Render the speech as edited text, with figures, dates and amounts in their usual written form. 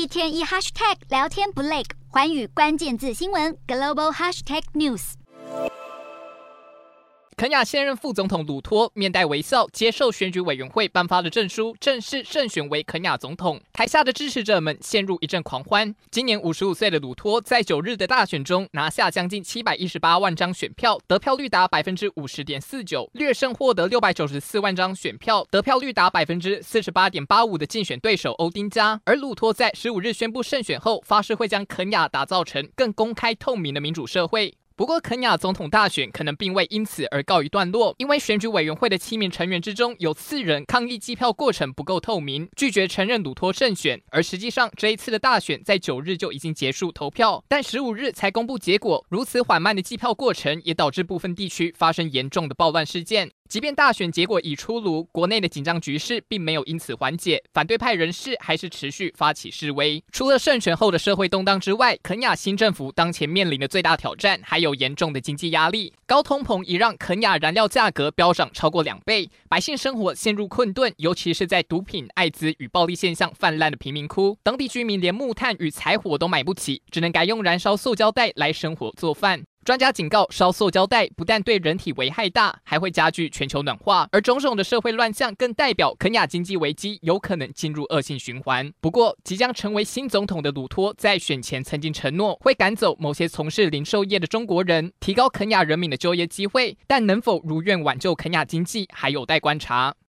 天一 hashtag 聊天不累，寰宇关键字新闻 global hashtag news。 肯亚现任副总统鲁托面带微笑接受选举委员会颁发的证书，正式胜选为肯亚总统。台下的支持者们陷入一阵狂欢。今年55岁的鲁托在9日的大选中拿下将近718万张选票，得票率达 50.49%， 略胜获得694万张选票，得票率达 48.85% 的竞选对手欧丁加。而鲁托在15日宣布胜选后，发誓会将肯亚打造成更公开透明的民主社会。不过，肯亚总统大选可能并未因此而告一段落，因为选举委员会的7名成员之中有4人抗议计票过程不够透明，拒绝承认鲁托胜选。而实际上，这一次的大选在9日就已经结束投票，但15日才公布结果。如此缓慢的计票过程，也导致部分地区发生严重的暴乱事件。即便大选结果已出炉，国内的紧张局势并没有因此缓解，反对派人士还是持续发起示威。除了胜选后的社会动荡之外，肯亚新政府当前面临的最大挑战还有严重的经济压力。高通膨已让肯亚燃料价格飙涨超过2倍，百姓生活陷入困顿，尤其是在毒品、艾滋与暴力现象泛滥的贫民窟，当地居民连木炭与柴火都买不起，只能改用燃烧塑胶袋来生火做饭。专家警告，烧塑胶袋不但对人体危害大，还会加剧全球暖化，而种种的社会乱象更代表肯亚经济危机有可能进入恶性循环。不过，即将成为新总统的鲁托在选前曾经承诺会赶走某些从事零售业的中国人，提高肯亚人民的就业机会，但能否如愿挽救肯亚经济还有待观察。